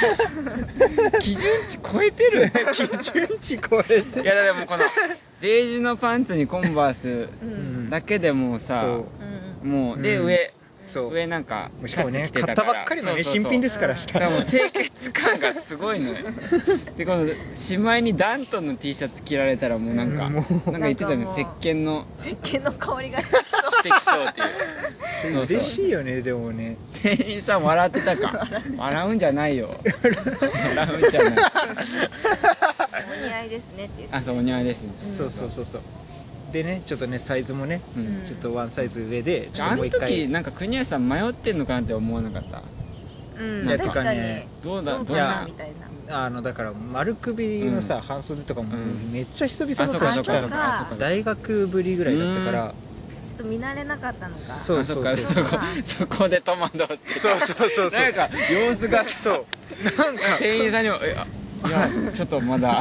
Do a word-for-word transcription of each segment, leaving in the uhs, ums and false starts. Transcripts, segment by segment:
基準値超えてる基準値超えてる。 いやでもこのベージュのパンツにコンバースだけでもさ、うん、もうで、うん、上そう上なんかしかもね買ったばっかりのね、そうそうそう新品ですから下、 うん、も清潔感がすごいのよでこのしまいにダントンの T シャツ着られたらもうなんか、うん、なんか言ってたね、石鹸の石鹸の香りがしてきそうしてきそうっていうそう嬉しいよね。でもね店員さん笑ってたか笑うんじゃないよ笑うんじゃないお似合いですねって言って、 あ、そうお似合いですね、 うん、そうそうそうそうでね、ちょっとねサイズもね、うん、ちょっとワンサイズ上でちょっともう一回、 あの時なんか国安さん迷ってんのかなって思わなかった。 うん、確かにどうだどうかなみたいな。 あのだから丸首のさ、うん、半袖とかもめっちゃ久々の時来たのが大学ぶりぐらいだったからちょっと見慣れなかったのか。 そうそうそうそこそこで戸惑ってそうそうそうそうなんか様子がそうなんか店員さんにもいや、いやちょっとまだ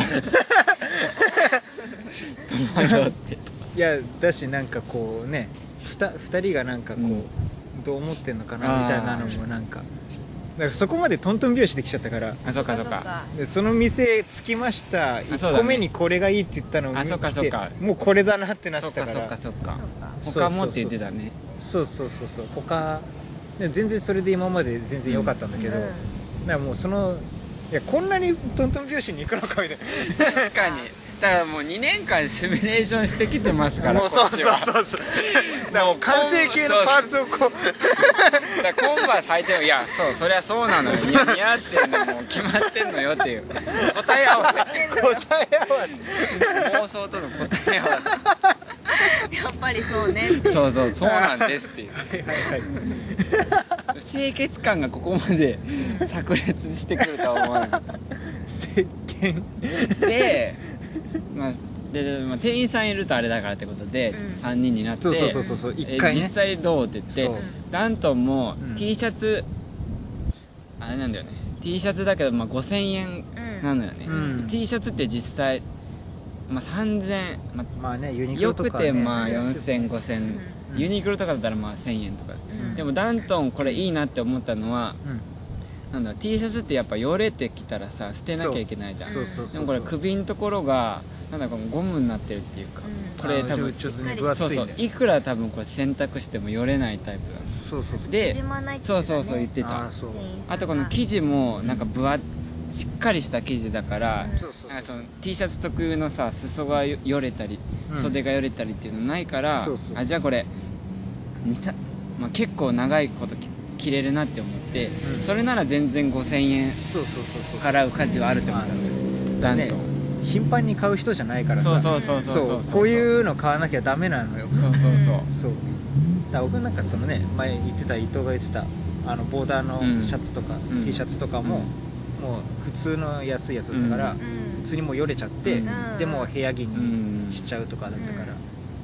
戸惑っていやだしなんかこうねふたふたりがなんかこう、うん、どう思ってんのかなみたいなのもなんかだからそこまでトントン拍子できちゃったから、 あ、そうかそうか、 でその店着きました、いっこめにこれがいいって言ったのを見て、 そうかそうか、 もうこれだなってなってたから、 そうかそうかそうか、他もって言ってたね、 そうそうそうそう、他全然それで今まで全然良かったんだけど、うん、だからもうそのいやこんなにトントン拍子に行くのかみたいな確かにだからもうにねんかんシミュレーションしてきてますからもうそうそうそうそうだからもう完成形のパーツをこうだからコンバース履いてもいやそうそりゃそうなのよ似合ってんのもう決まってんのよっていう答え合わせ答え合わせ妄想との答え合わせやっぱりそうねってそうそうそうなんですっていうはいはいはい清潔感がここまで炸裂してくるとは思わなかった石鹸でまあででまあ、店員さんいるとあれだからってことで、ちょっとさんにんになって、 そうそうそうそう一回ね、 実際どうって言ってダントンも T シャツ、うん、あれなんだよね T シャツだけどまあごせんえんなのよね、うん、T シャツって実際、まあ、さんぜん、まあまあね、ユニクロとか、ね、 よくてまあよんせん、ごせん、うん、ユニクロとかだったらまあせんえんとか、うん、でもダントンこれいいなって思ったのは、うんなんだ T シャツってやっぱよれてきたらさ捨てなきゃいけないじゃん。そうそうそうそうでもこれ首のところがなんだこのゴムになってるっていうか、うん、これ多分ちょっとね分厚いんだよ。 そうそういくら多分これ洗濯してもよれないタイプなの。 そうそうそうで縮まないって言ってたね、そうそうそう言ってた。あ, そうあとこの生地もなんか分厚しっかりした生地だから、うん、なんかその T シャツ特有のさ裾がよれたり、うん、袖がよれたりっていうのないから、そうそうあじゃあこれにさ、まあ、結構長いこと着れるなって思って、うん、それなら全然ごせんえん払う価値はあるって思ったのだんと、ね、 頻繁に買う人じゃないからさそうそうそうそうそうこういうの買わなきゃダメなのよそうそうそうそうだから僕なんかそのね前言ってた伊藤が言ってたあのボーダーのシャツとか、うん、T シャツとかも、うん、もう普通の安いやつだから、うん、普通にもうよれちゃって、うん、でも部屋着にしちゃうとかだったから、うん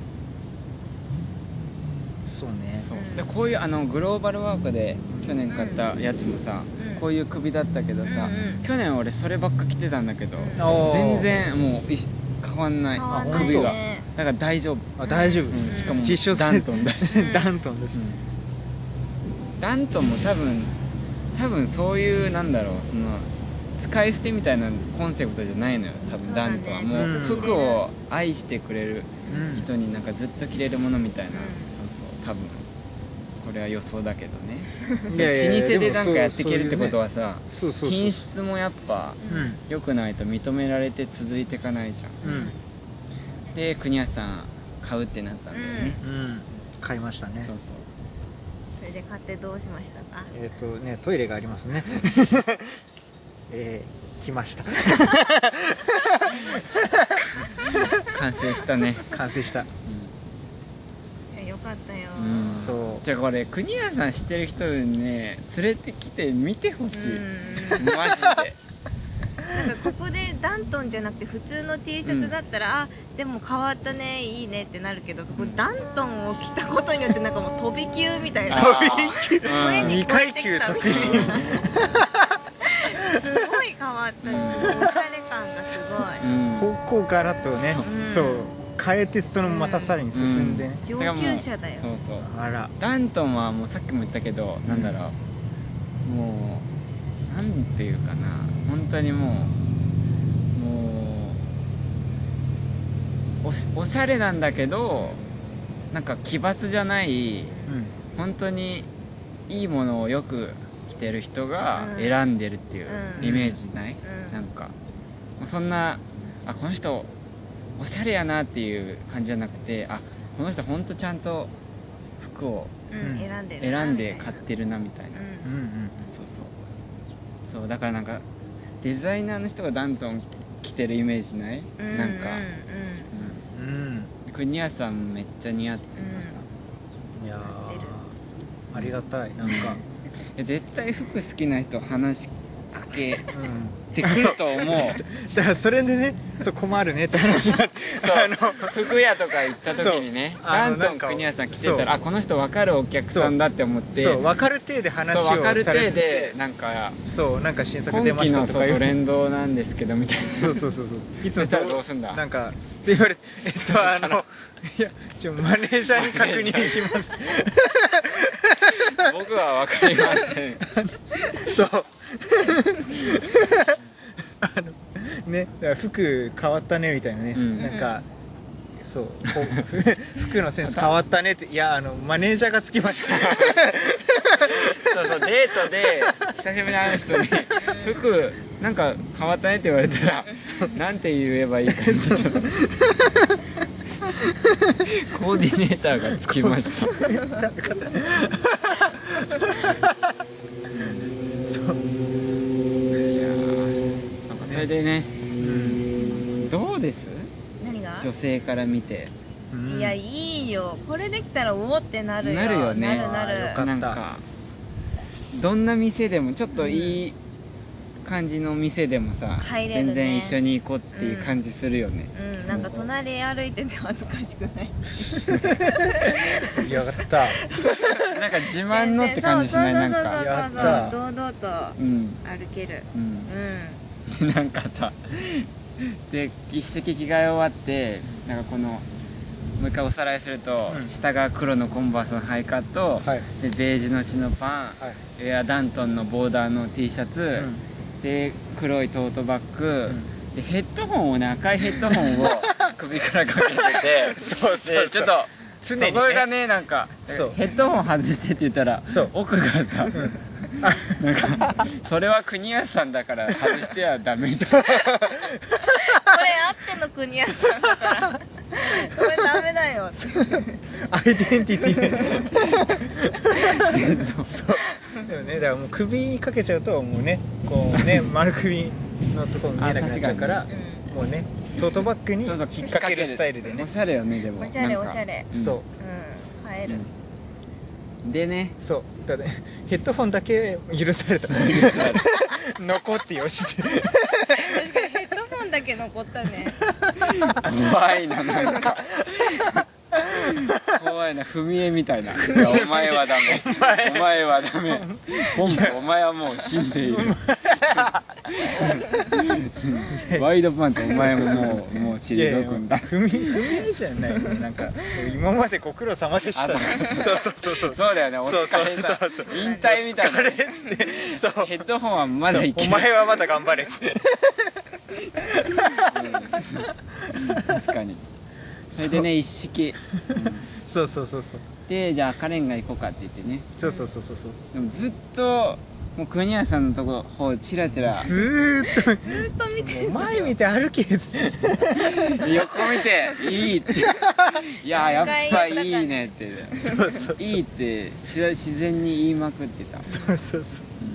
そうねそうでこういうあのグローバルワークで去年買ったやつもさ、うん、こういう首だったけどさ、うんうん、去年俺そればっか着てたんだけど、うん、全然もう変わんない首がだから大丈夫あ大丈夫、 うん、しかも実証ダントンだし、 うん、ダントンだし、うん、 ダントンも多分多分そういうなんだろうその使い捨てみたいなコンセプトじゃないのよ多分、ね、ダントンはもう服を愛してくれる人になんかずっと着れるものみたいな、うん多分これは予想だけどねいやいやいや老舗でなんかやっていけるってことはさ品質もやっぱ良くないと認められて続いていかないじゃん、うん、で国安さん買うってなったんだよね、 うんうん、買いましたねそうそうそれで買ってどうしましたかえっ、ー、とねトイレがありますねえー、来ました完成したね完成した、うんよかったよ、 うん、そうじゃあこれ国谷さん知ってる人にね連れてきて見てほしいマジでなんかここでダントンじゃなくて普通の T シャツだったら、うん、あでも変わったねいいねってなるけどそこダントンを着たことによってなんかもう飛び級みたいな飛び級上に越えてきたみたいなすごい変わった、うん、おしゃれ感がすごい、 うん、方向柄とね、うん、そう変えてそのまたさらに進んでね、 うん、上級者だよそうそうあらダントンはもうさっきも言ったけど、うん、なんだろうもうなんていうかな、本当にもうもう おし、おしゃれなんだけどなんか奇抜じゃない、うん、本当にいいものをよく着てる人が選んでるっていうイメージない、うんうん、なんかそんなあこの人おしゃれやなっていう感じじゃなくて、あこの人ほんとちゃんと服を、 うん、選んでる選んで買ってるなみたいな、うんうんうん、そうそうそうだからなんかデザイナーの人がダントン着てるイメージない、うん、なんか、うんうんうん、国安さんめっちゃ似合ってる、 うん、いやありがたいなんか絶対服好きな人話しかけてくると思う、うん、 だからそれでねそう困るねって話がそうあの服屋とか行った時にねダントン国安さん来てたらあこの人分かるお客さんだって思ってそう分かる体で話をされて分かる体でなんかそうなんか新作出ましたとか今期のトレンドなんですけどみたいなそうそうそうそういつもしたらどうすんだなんかって言われてえっとあのいやちょマネージャーに確認します僕は分かりませんそうあのね、だから服変わったねみたいなね、うん、なんかそうこう服のセンス変わったねっていやあのマネージャーがつきましたそうそうデートで久しぶりに会う人に服なんか変わったねって言われたらなんて言えばいいかコーディネーターがつきましたそういやなんかそれでね、うん、どうです？ 何が？ 女性から見て、 うん、いやいいよこれできたらおおってなるよなるよねなるなるよかったなんかどんな店でもちょっといい感じの店でもさ、ね、全然一緒に行こうっていう感じするよね、 うん、うん、なんか隣歩いてて恥ずかしくないやったなんか自慢のって感じしないなんかやった堂々と歩けるうん、 うん、なんかさで一式着替え終わってなんかこのもう一回おさらいすると、うん、下が黒のコンバースのハイカット、はい、でベージュのチノパン、はい、エアダントンのボーダーの T シャツ、うん、で黒いトートバッグ、うん、でヘッドホンをね赤いヘッドホンを首からかけててそうそうそうちょっと常に、ね、そこがねなんかそうヘッドホン外してって言ったらそう奥がさ、うん、なんかそれは国安さんだから外してはダメじゃんこれあっての国安さんだからそれダメだよってアイデンティティそうでもねだからもう首にかけちゃうともうねこうね丸首のところ見えなくなっちゃうからもうねトートバッグに引っ掛けるスタイルでねおしゃれよねでもおしゃれおしゃれそううん映える、 うん、でねそうだねヘッドフォンだけ許された残ってよしって確かにヘッドフォンだけ残ったね怖いななんか怖いな踏み絵みたいなお前はダメお前はダメ本部お前はもう死んでいるワイドパンツお前ももうもう退くんだ踏み踏み絵じゃないねなんか今までご苦労様でしたそうそうそうそうそうだよねお疲れさ引退みたいなそうヘッドホンはまだいけるお前はまだ頑張れって、 うん、確かにそれでね一式、うん、 そうそうそうそうでじゃあカレンが行こうかって言ってねそうそうそうそうそうでもずっともう国谷さんのとこ方チラチラずーっとずっと見てる前見て歩けって横見ていいっていややっぱいいねってそうそうそういいって自然に言いまくってたそうそうそう、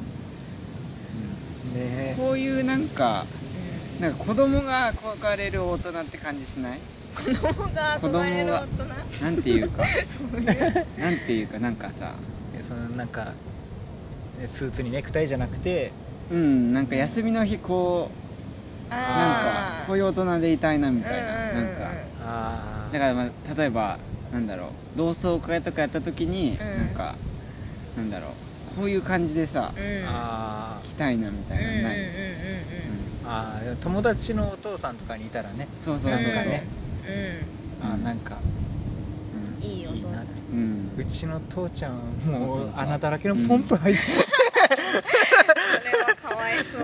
うん、ねこういうなんかなんか子供が憧れる大人って感じしない子供が憧れる大人なんていうかなんていうかなんかさそのなんかスーツにネクタイじゃなくてうんなんか休みの日こうなんかこういう大人でいたいなみたいな、うん、なんかあだからまあ例えばなんだろう同窓会とかやった時に、うん、なんかなんだろうこういう感じでさ、うん、あ来たいなみたいなのない、うんうんうんうん、 あ友達のお父さんとかにいたらねそうそうそうそう、 なんかね、 うん、 あなんか、 うん、いいよいいな、 うん、うちの父ちゃんもう穴だらけのポンプ入って、うん、 それはかわわいそう、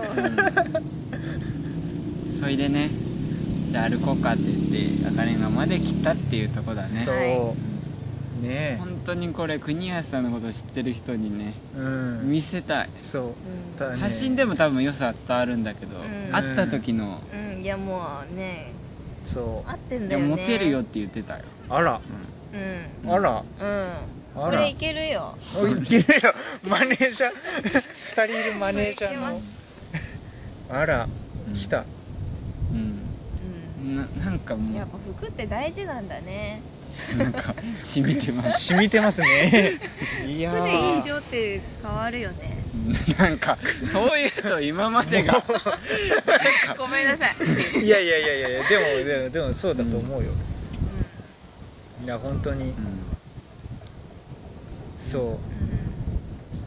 うん、それでね、じゃあ歩こうかって言って赤レンガまで来たっていうとこだね。 そう、 はいねえ、 本当にこれ国安さんのこと知ってる人にね、うん、見せたい。 そう、 うん、 写真でも多分良さ伝わるんだけど、うん、会った時の、 うん、いやもうね、 そう合ってんだよね。 いやモテるよって言ってたよ。 あら、うん、あら、 うん、これいけるよ。 いけるよ。マネージャーふたりいるマネージャーのあら、うん、来た。 うん、うん、な, なんかもうやっぱ服って大事なんだね。 なんか染みてます染みてますね。いやー、服で印象って変わるよね。 なんかそういうと今までがごめんなさい。 いやいやいやいや、でもでもでもそうだと思うよ、うん、いや本当に、うん、そう、うん、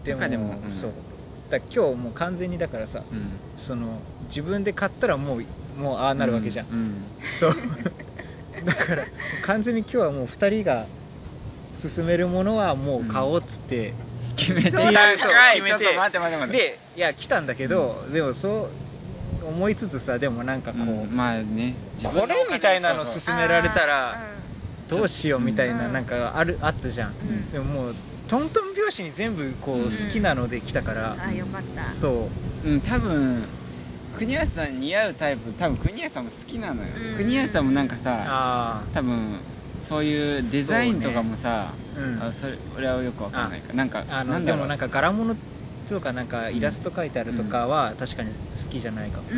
でも、でも、うん、そうだ、今日もう完全にだからさ、うん、その自分で買ったらもうもうああなるわけじゃん、うんうん、そうだから完全に今日はもうふたりが勧めるものはもう買おうっつって、うん、 決めて、 そう決めて、 ちょっと待って待って待って、 で、いや来たんだけど、うん、でもそう思いつつさ、でもなんかこう、うん、 まあね、 これみたいなの勧められたらどうしようみたいな、なんかある、あったじゃん、うん、でももうトントン拍子に全部こう好きなので来たから、うん、 あ、よかった。 そう、 うん、多分国安さん似合うタイプ、多分国安さんも好きなのよ、うん、国安さんもなんかさ、あ、多分そういうデザインとかもさ、そ,、ね、うん、あそれ俺はよくわかんないか、なんかあのでもなんか柄物とかなんかイラスト描いてあるとかは確かに好きじゃないかも、うん、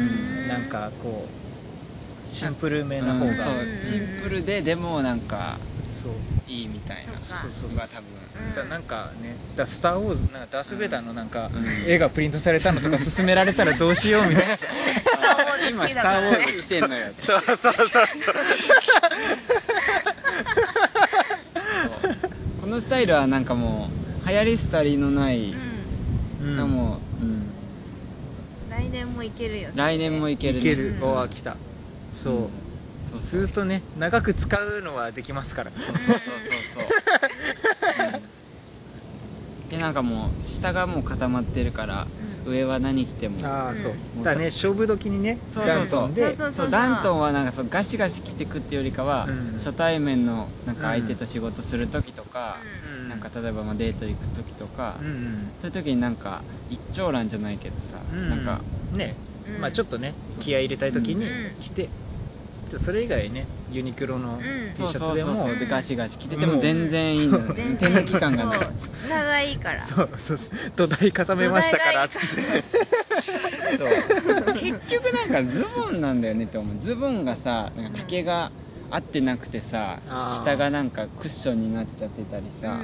なんかこうシンプルめな方が、うん、 そうシンプルででもなんかそういいみたいな、 そうそうそう、 が多分、 うん、だなんかね、だスター・ウォーズなんかダース・ベイダーのなんか、うん、絵がプリントされたのとか勧められたらどうしようみたいな今スター・ウォーズ来てんのよそうそうそうそうこのスタイルはなんかもう流行り廃りのない、うん、もう、うん、 来年もいけるよね。 来年もいけるね。 いける、おー来た、そう、うん、そうそう、ずっとね長く使うのはできますから、 そうそうそうそうそう、うん、でなんかもう下がもう固まってるから、うん、上は何着ても、 ああそう、うん、だからね勝負時にね、 そうそうそう、そうダントンはなんかそうガシガシ着てくっていうよりかは、うん、初対面のなんか相手と仕事する時とか、うん、なんか例えばまあデート行く時とか、うん、そういう時になんか一長蘭じゃないけどさ、うん、なんかね、うん、まあちょっとね気合い入れたい時に着て、うん、それ以外ねユニクロの T シャツでも、うん、そうそうそうでガシガシ着てても全然いいのよ、手抜き感がない、 砂がいいから、 そうそうそう、土台固めましたからつってそう結局なんかズボンなんだよねって思う。ズボンがさなんか丈が合ってなくてさ、うん、下がなんかクッションになっちゃってたりさ、うん、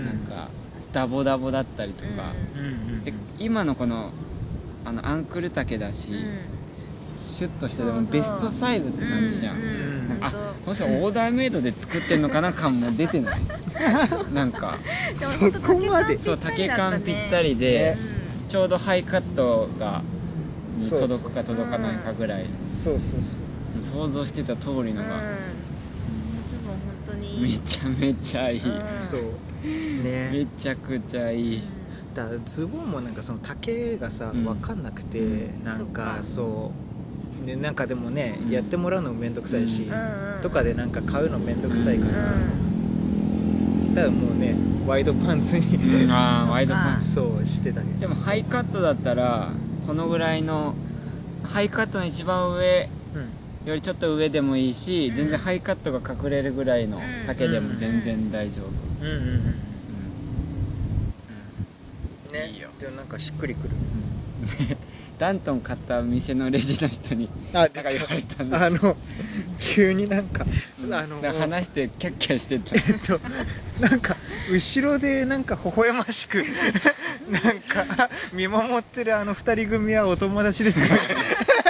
なんかダボダボだったりとか、うん、で今のこのあのアンクル丈だし、うん、シュッとしてでもベストサイズって感じじゃん、うんうん、なんかあもしオーダーメイドで作ってんのかな感も出てないなんかそこまでそう丈感ぴったりで、ね、ちょうどハイカットがに届くか届かないかぐらい、 そうそうそう想像してた通りのが、うん、 本当にめちゃめちゃいい、うん、 そうね、 めちゃくちゃいい、 うん、だからズボンもなんかその丈がさ、うん、分かんなくて、うん、なんかそうね、なんかでもね、うん、やってもらうのもめんどくさいし、うん、とかでなんか買うのめんどくさいから、うん、ただもうねワイドパンツに、 うん、あワイドパンツそうしてたけど、 でもハイカットだったらこのぐらいのハイカットの一番上よりちょっと上でもいいし、うん、全然ハイカットが隠れるぐらいの丈でも全然大丈夫、うんうんうんうん、 うん、ね、いいよ。でもなんかしっくりくるダントン買った店のレジの人になんか言われたんですよ、 あの急になんか、 うん、あの話してキャッキャしてた、 えっとなんか後ろでなんか微笑ましくなんか見守ってるあの二人組はお友達ですかみたいな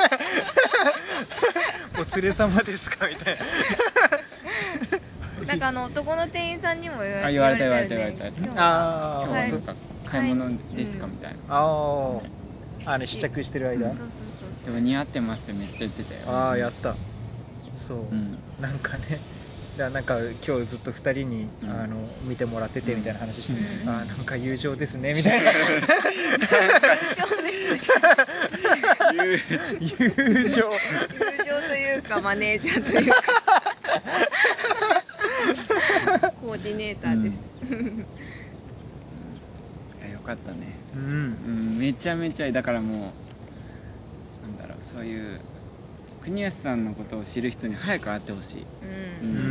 お連れ様ですかみたいななんかあの男の店員さんにも言われ言われた言われた言われた、 今日はあ今日はなんか買い物ですかみたいな、 ああの試着してる間、うん、 そうそうそうそう、 でも似合ってますってめっちゃ言ってたよ、 ああやった、そう、うん、なんかねだなんか今日ずっとふたりに、うん、あの見てもらっててみたいな話して、うん、あなんか友情ですねみたいな友情ですね友情友情というかマネージャーというかコーディネーターです、うん、 よかったね、 うんうん、 めちゃめちゃだからもうなんだろうそういう国安さんのことを知る人に早く会ってほしい。 うん。うん。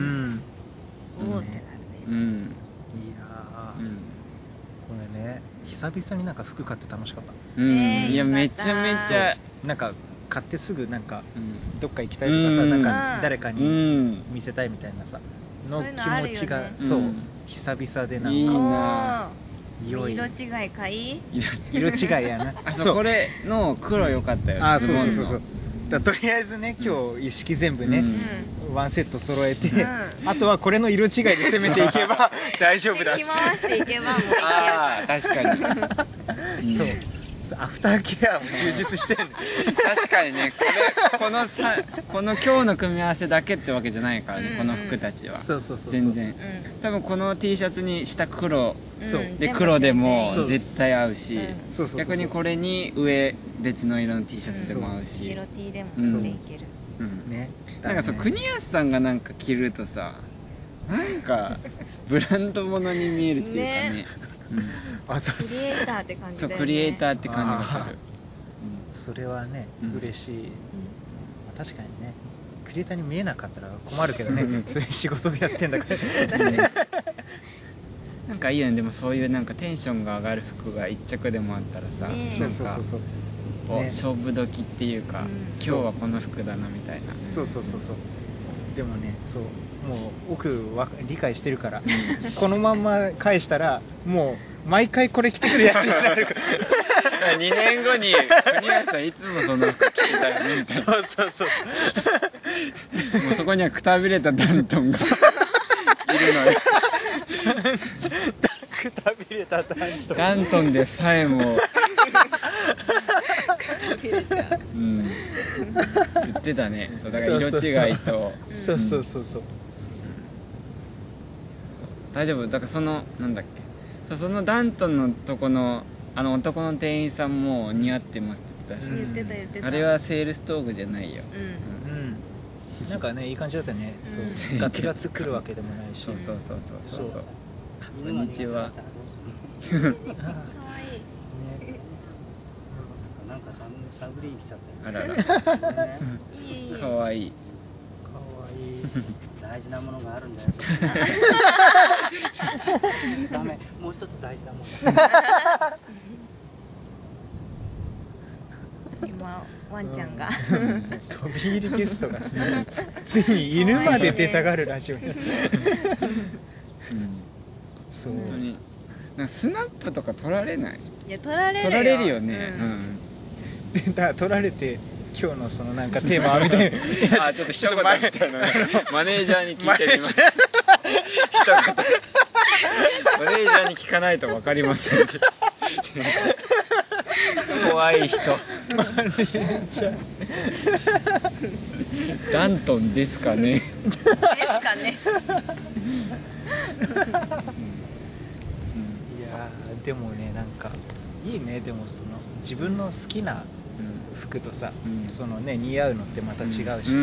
おおってなるね。 うん。いやー、うん、これね、久々になんか服買って楽しかった。 うん。えー、いやめちゃめちゃなんか買ってすぐなんか、うん、どっか行きたいとかさ、うん、なんか誰かに見せたいみたいなさ、の気持ちが、 ね、 そう、うん、久々でなんか。いいな色違いかいい？ 色違いやな。 あそうこれの黒良かったよ。 あ、そうそうそうそう。だとりあえずね今日一式全部ね、うん、ワンセット揃えて、うん、あとはこれの色違いで攻めていけば大丈夫だ着回していけばもういけるあ確かにそうアフターケアも充実してる確かにねこれこのさこの今日の組み合わせだけってわけじゃないからね、うんうん、この服たちはそうそうそうそう全然、うん、多分この T シャツに下黒、うん、で黒でも絶対合うし、うん、逆にこれに上別の色の T シャツでも合うし白 T でもしていける、 うんうんね、なんかそう国安さんがなんか着るとさなんかブランド物に見えるっていうかねねうん、あそうクリエイターって感じだよね。 そうクリエイターって感じがする、 うん、それはね、うん、嬉しい、うんまあ、確かにねクリエイターに見えなかったら困るけどねそれ仕事でやってんだからなんかいいよねでもそういうなんかテンションが上がる服が一着でもあったらさ、ね、 そうそうそうそうね、勝負時っていうか、うん、今日はこの服だなみたいなそうそうそうそうでもねそうもう奥は理解してるからこのまんま返したらもう毎回これ着てくるやつになるからにねんごに国安さんいつもその服着てたよねみたいなそうそうそうもうそこにはくたびれたダントンがいるのよくたびれたダントンダントンでさえもくたびれちゃう、 うん、言ってたねそうだから色違いとそうそうそうそう、うん、 大丈夫だからそのなんだっけそのダントンのとこのあの男の店員さんも似合ってますって言ってたし、 うん、言ってた言ってたあれはセールストークじゃないよ、 うん、 うんうん、なんかねいい感じだったね、うん、そうガツガツ来るわけでもないしそうそうそうそうそうそうこんにちはかわいいねなんかサブリー来ちゃったよあららいいかわいいかわいい大事なものがあるんだよダメもう一つ大事なもの今ワンちゃんが、 うん、飛び入りゲストがついに犬まで出たがるラジオになって、ねうん、 そう本当になんかスナップとか撮られない？ いや撮られるよ撮られるよね、うんうん、でだ撮られて今日のそのなんかテーマみたいなあちょっと一言みたいなマネージャーに聞いてみます一言マネージャーに聞かないと分かりません怖い人マネージャーダントンですかねですかねいやでもねなんかいいねでもその自分の好きな服とさ、うん、そのね似合うのってまた違うし、うんうん、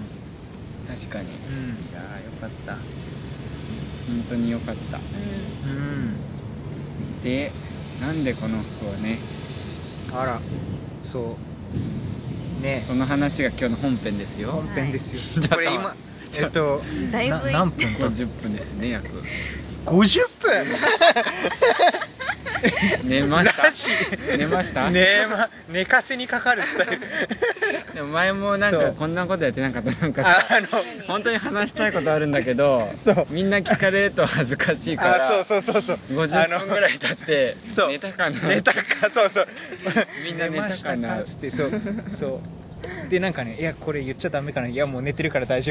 確かに、うん、いやよかった本当によかった、うんうん、でなんでこの服をねあらそうねその話が今日の本編ですよ本編ですよ、 はい、 これ今えっとだいぶ何分ごじゅっぷんですね約ごじゅっぷん寝ました寝ました寝ま寝かせにかかるスタイルでも前もなんかこんなことやってなかったなんかさあの本当に話したいことあるんだけどみんな聞かれると恥ずかしいからあそうそうそうそうごじゅっぷんぐらい経って寝たかな寝たかそうそうみんな寝たかな寝ましたかつってそうそうでなんかねいやこれ言っちゃダメかないやもう寝てるから大丈夫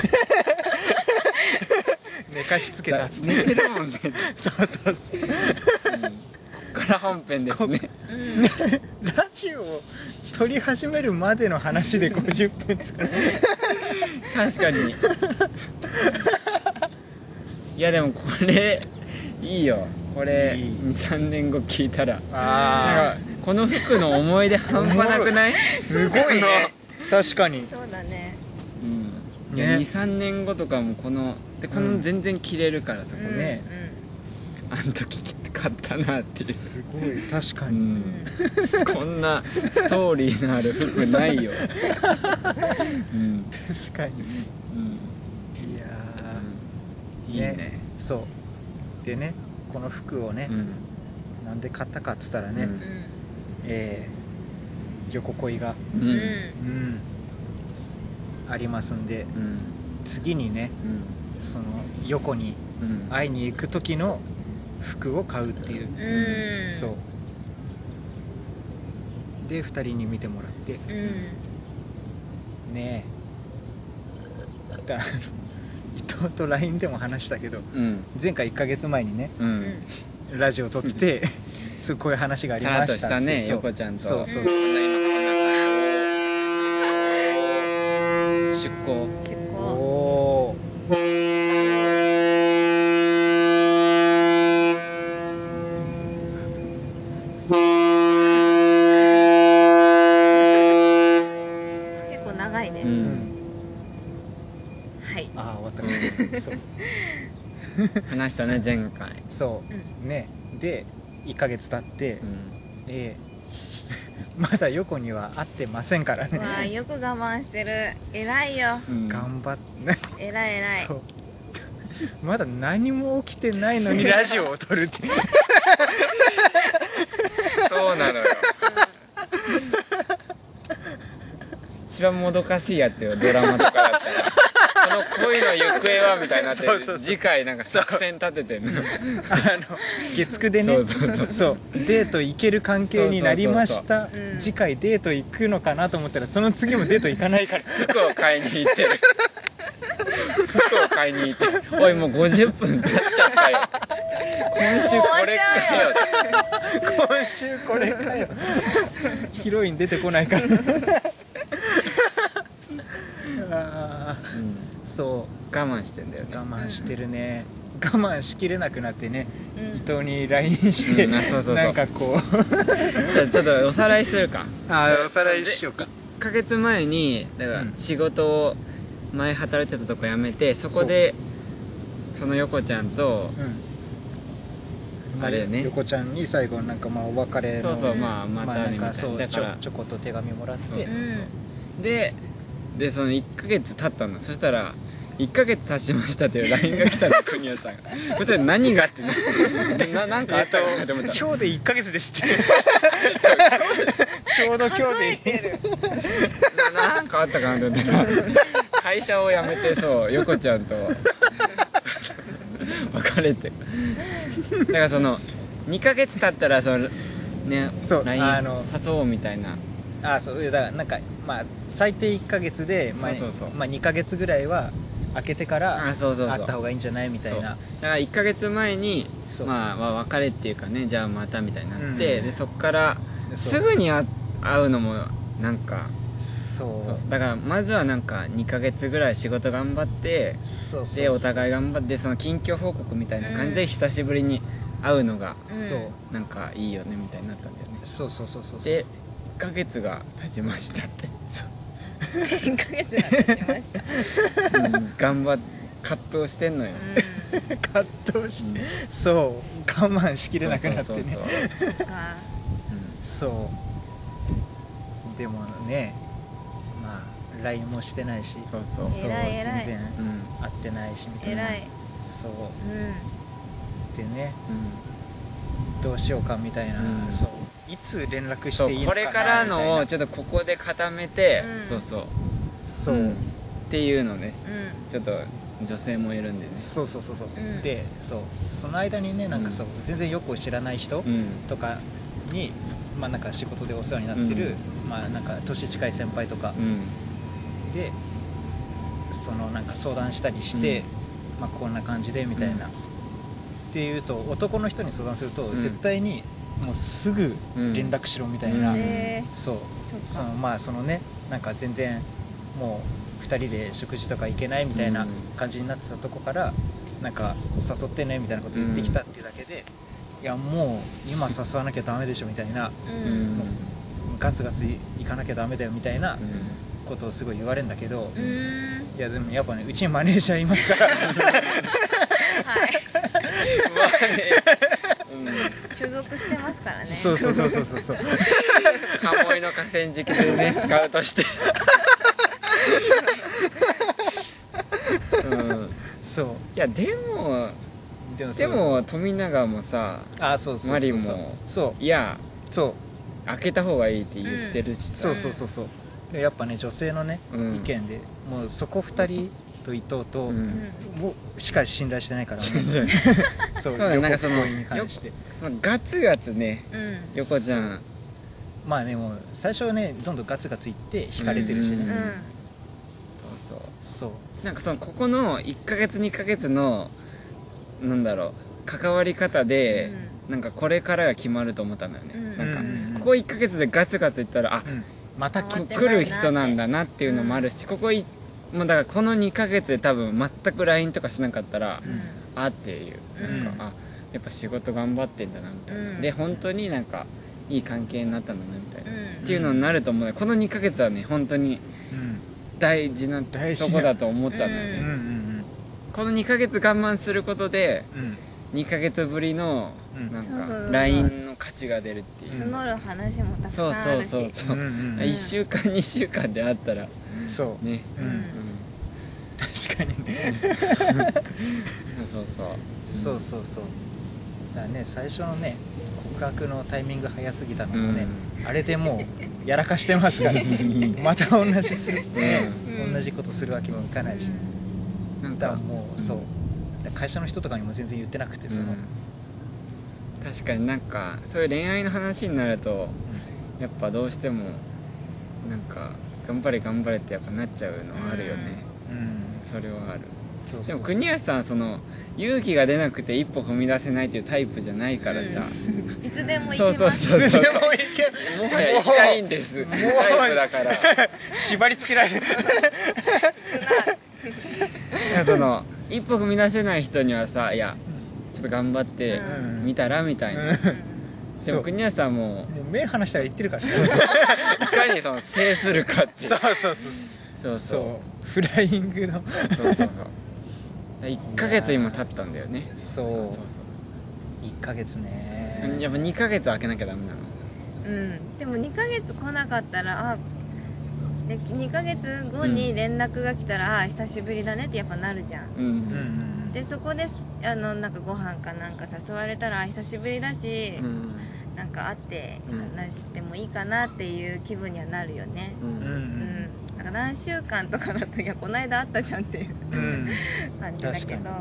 寝かしつけたっつって寝てるもんねそうそうそう、 うん、こっから本編ですね、 うん、ラジオを撮り始めるまでの話でごじゅっぷん使う確かにいやでもこれいいよ、これいいにさんねんご聞いたら、 あなんかこの服の思い出半端なくない？ すごいね。確かに。 そうだね。 うん、いやねにさんねんごとかもこのでこの全然着れるからそこうんねあの時買ったなっていう。 すごい確かに、 うん、こんなストーリーのある服ないよ、うん、 確かに、 うん、 いやー、 いいね。 そうでね、この服をね、 うん、 なんで買ったかっつったらね、 うんうんえー、横恋が、 うんうんうんありますんで、 うん次にね、 うんその横にうん会いに行く時の服を買うっていう、 うん、 そうでふたりに見てもらってうんねえだ伊藤と ライン でも話したけど、 うん前回いっかげつまえにねううんんラジオ撮ってすぐこういう話がありましたさらっとしたね、 そう横ちゃんと。 そうそうそう、 こんな今こんな感じ。出向。 出お向。 ー結構長いね。 ううんんはい。 ああ終わったうんそう話したね、前回。 そううねでいっかげつ経って、 うんええまだ横には会ってませんからね。 わあ、よく我慢してる。偉いよ。 うん頑張って偉い偉い。 そうまだ何も起きてないのにラジオを撮るってそうなのよ。一番もどかしいやつよ、ドラマとかだったら。この恋の行方はみたいになって、 そうそうそう次回なんか作戦立ててんの。 あの月9でねそうそうそうそうデート行ける関係になりましたそうそうそうそううん次回デート行くのかなと思ったらその次もデート行かないから服を買いに行ってる。服を買いに行ってる。おい、もうごじゅっぷん経っちゃったよ。今週これかよ。 今週これかよヒロイン出てこないからあーうんそう我慢してんだよね。 我慢してるね、我慢しきれなくなってね、 うん伊藤に ライン して、 うんあそうそうそうなんかこうじゃあちょっとおさらいするか。 あーおさらいしようか。 いっかげつまえにだからうん仕事を前働いてたとこ辞めて、そこでその横ちゃんとうん、 あれね横ちゃんに最後なんかまあお別れのそうそうまあまたねみたいな、 なんかそうだからちょちょこっと手紙もらってそうそうそううんででそのいっかげつ経ったの。そしたらいっかげつ経ちましたっていう ライン が来たの、国谷さんが。こちら何がってななんかあったかなって思ったら、 今日でいっかげつですってちょうど今日数えてでる。 ななんかあったかなと思ったら、会社を辞めてそう横ちゃんと別れて、だからそのにかげつ経ったらそのねそうラインあの誘おうみたいな。 ああそうだからなんかまあ最低いっかげつで、まあ、 そうそうそうまあにかげつぐらいは空けてからあそうそうそう会った方がいいんじゃないみたそういな。 だからいっかげつまえにそうまあ、まあ、別れっていうかね、じゃあまたみたいになって、 うんでそっからそうすぐに会会うのもなんかそうそうそうだからまずはなんかにかげつぐらい仕事頑張って、 そうそうでお互い頑張ってその近況報告みたいな感じで久しぶりに会うのがうんそうなんかいいよねみたいになったんだよね。 そうそうそうそうでいっかげつが経ちましたっていっかげつが経ちました。 うん頑張っ葛藤してんのよ、 葛藤して、 うんそう我慢しきれなくなってねそうそうそううん。か。 そうでもねまあ ライン もしてないしそうそうそう偉い偉い全然うん会ってないしみたいな偉い。 そううん。 でねうんどうしようかみたいな、 うんそういつ連絡しそうていいのかなこれからのをみたいちょっとここで固めて、 うんそうそうなそう、 んっていうのね、 うん。 ちょっと女性もいるんでね。 そうそうそうそう、 うんでそうその間にねなんかそう、 うん全然よく知らない人うんとかに、まあなんか仕事でお世話になってる、 うまあなんか年近い先輩とかうんで、そのなんか相談したりして、 うんまあこんな感じでみたいな、 うんっていうと男の人に相談すると、 うん絶対にもうすぐ連絡しろみたいな、 うんへーそうそっかそのまあそのねなんか全然もふたりで食事とか行けないみたいな感じになってたとこから、なんか誘ってねみたいなこと言ってきたっていうだけで、いやもう今誘わなきゃダメでしょみたいな、 うん、 もうガツガツ行かなきゃダメだよみたいなことをすごい言われるんだけど、 うん、 いやでもやっぱね、うちにマネージャーいますからはいまあね、 うん、所属してますからね。 そうそうそうそうそうそう鴨居の河川敷でねスカウトしてうん、 そういやでもでもでも富永もさ、 あそうそうそうそうマリもそういやそう開けた方がいいって言ってるしさ、 そうそうそうそうでやっぱね女性のね、うん、意見でもうそこふたりと伊藤と、うん、もうしか信頼してないからもうそうそうね、なんかそのに関してそのガツガツね、うん、横ちゃんまあねもう最初はねどんどんガツガツいって惹かれてるしね、うんうん、そうそうそうなんかそのここのいっかげつにかげつのなんだろう関わり方で、うん、なんかこれからが決まると思ったんだよね、うん、なんかここいっかげつでガツガツいったらあ、うん、また来る人なんだなっていうのもあるし、うん、ここいもうだからこのにかげつで多分全く ライン とかしなかったら、うん、あっていうなんか、うん、あやっぱ仕事頑張ってんだなみたいな、うん、で本当になんかいい関係になったんだなみたいな、うん、っていうのになると思う。このにかげつはね本当に大事なとこだと思ったんだよね、うんうんうん、このにかげつ我慢することで、うん、にかげつぶりのなんか ライン の価値が出るっていう募る話もたくさんあるし、 そうそうそうそう、うんうん、いっしゅうかんにしゅうかんであったらそうね、うんうん、 確かにねそうそうそうそうそうだからね最初のね告白のタイミング早すぎたのもね、うん、あれでもうやらかしてますからまた同じする、ねうん、同じことするわけにもいかないし、うん、なんかもう、うん、そう会社の人とかにも全然言ってなくてその、うん、 確かになんかそういう恋愛の話になると、うん、やっぱどうしてもなんか頑張れ頑張れってやっぱなっちゃうのはあるよね、うん、それはある。そうそうそうでも国安さんはその勇気が出なくて一歩踏み出せないっていうタイプじゃないからさ、 うん、いつでも行けます。 そうそうそうそうもはや行きたいんですタイプだから縛り付けられるいやその一歩踏み出せない人にはさいやちょっと頑張ってみたらみたいな、うん、でも国安さんももう目離したら言ってるからねいかにその制するかってそうそうそうそうそうフライングのそうそうそういっかげつ今経ったんだよね。 そうそうそういっかげつねやっぱにかげつ空けなきゃダメなの。 うんでもにかげつ来なかったらあでにかげつごに連絡が来たら、うん、あ久しぶりだねってやっぱなるじゃん、うんうん、でそこであのなんかご飯かなんか誘われたら久しぶりだし、うん、なんか会って話してもいいかなっていう気分にはなるよね、うんうん、なんか何週間とかだといやこの間会ったじゃんっていう、うん、感じだけど、うんうん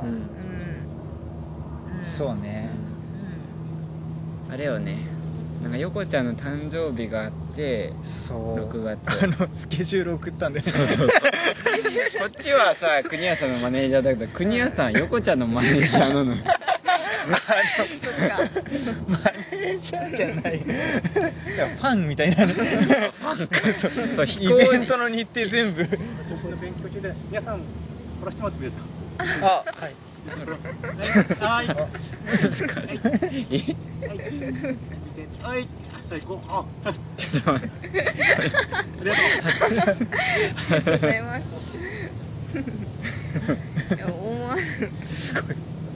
うん、そうね、 うん、あれよねなんか横ちゃんの誕生日があってそうろくがつあのスケジュール送ったんでそうそうそうこっちはさ国谷さんのマネージャーだけど国谷さん横ちゃんのマネージャーなのよあのマネージャーじゃないいやファンみたいなねファンかそうそうイベントの日程全部写真の勉強中で皆さん撮らせてもらってもいいですかあはいはい難しいはいはい最高あちょっと待ってありがとうございますいや思わすごい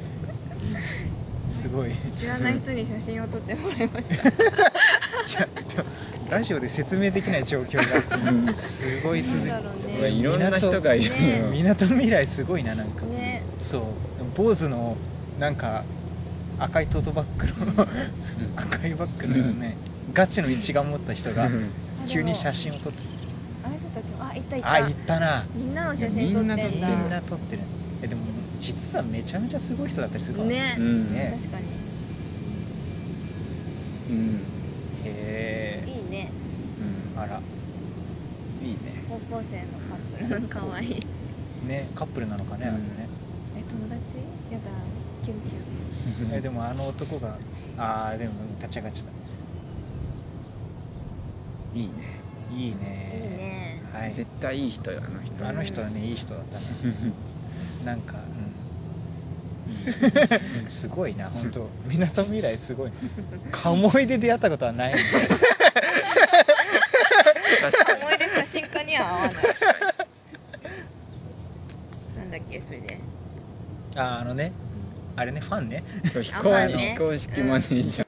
すごい知らない人に写真を撮ってもらいましたいやラジオで説明できない状況がすごい続いて、 ね、いろんな人がいるのよみなとみらいすごいななんか、 ね、 そう坊主のなんか赤いトートバッグの赤いバッグのね、うん、ガチの一眼持った人が急に写真を撮ってあの人たちもあいったいったあいったなみんなの写真撮ってんだみんな撮ってるえでも実はめちゃめちゃすごい人だったりするからね、うん、ね確かにうんへえいいね、 うん、あらいいね高校生のカップルかわいいねカップルなのかね、うん、あれねえ友達やだキュンキュンえでもあの男があーでも立ち上がっちゃったいいねいいねいいねはい絶対いい人よ、あの人。 あの人はね、いい人だったね。なんか、うん、すごいな、本当。みなとみらいすごい。カモイで出会ったことはないんで。 思い出写真家には合わない。なんだっけそれで。 あ、あのね、あれね、ファンね。 非公式マネージャー。